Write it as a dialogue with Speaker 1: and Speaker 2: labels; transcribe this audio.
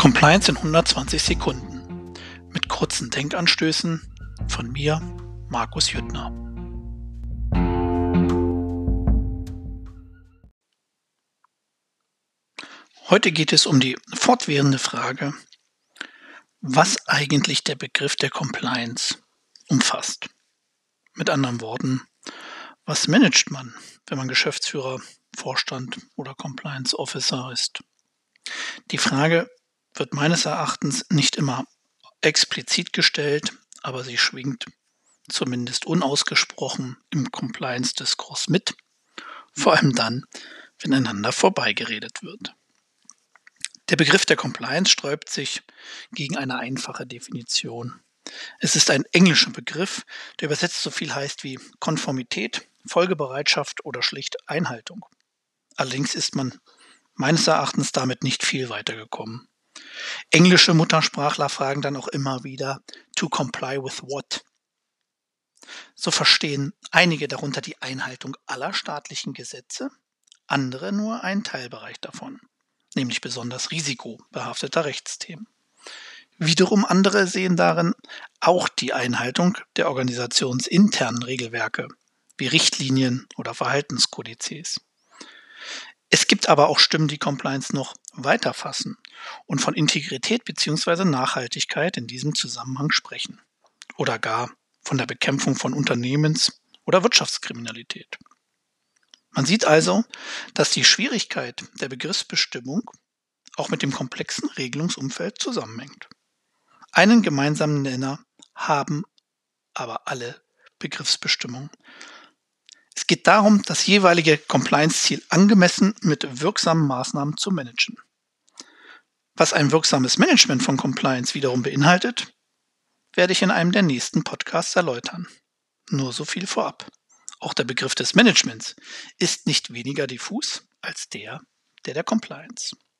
Speaker 1: Compliance in 120 Sekunden mit kurzen Denkanstößen von mir, Markus Jüttner. Heute geht es um die fortwährende Frage, was eigentlich der Begriff der Compliance umfasst. Mit anderen Worten, was managt man, wenn man Geschäftsführer, Vorstand oder Compliance Officer ist? Die Frage wird meines Erachtens nicht immer explizit gestellt, aber sie schwingt zumindest unausgesprochen im Compliance-Diskurs mit, vor allem dann, wenn einander vorbeigeredet wird. Der Begriff der Compliance sträubt sich gegen eine einfache Definition. Es ist ein englischer Begriff, der übersetzt so viel heißt wie Konformität, Folgebereitschaft oder schlicht Einhaltung. Allerdings ist man meines Erachtens damit nicht viel weitergekommen. Englische Muttersprachler fragen dann auch immer wieder, to comply with what? So verstehen einige darunter die Einhaltung aller staatlichen Gesetze, andere nur einen Teilbereich davon, nämlich besonders risikobehafteter Rechtsthemen. Wiederum andere sehen darin auch die Einhaltung der organisationsinternen Regelwerke, wie Richtlinien oder Verhaltenskodizes. Es gibt aber auch Stimmen, die Compliance noch weiter fassen und von Integrität bzw. Nachhaltigkeit in diesem Zusammenhang sprechen oder gar von der Bekämpfung von Unternehmens- oder Wirtschaftskriminalität. Man sieht also, dass die Schwierigkeit der Begriffsbestimmung auch mit dem komplexen Regelungsumfeld zusammenhängt. Einen gemeinsamen Nenner haben aber alle Begriffsbestimmungen. Es geht darum, das jeweilige Compliance-Ziel angemessen mit wirksamen Maßnahmen zu managen. Was ein wirksames Management von Compliance wiederum beinhaltet, werde ich in einem der nächsten Podcasts erläutern. Nur so viel vorab. Auch der Begriff des Managements ist nicht weniger diffus als der Compliance.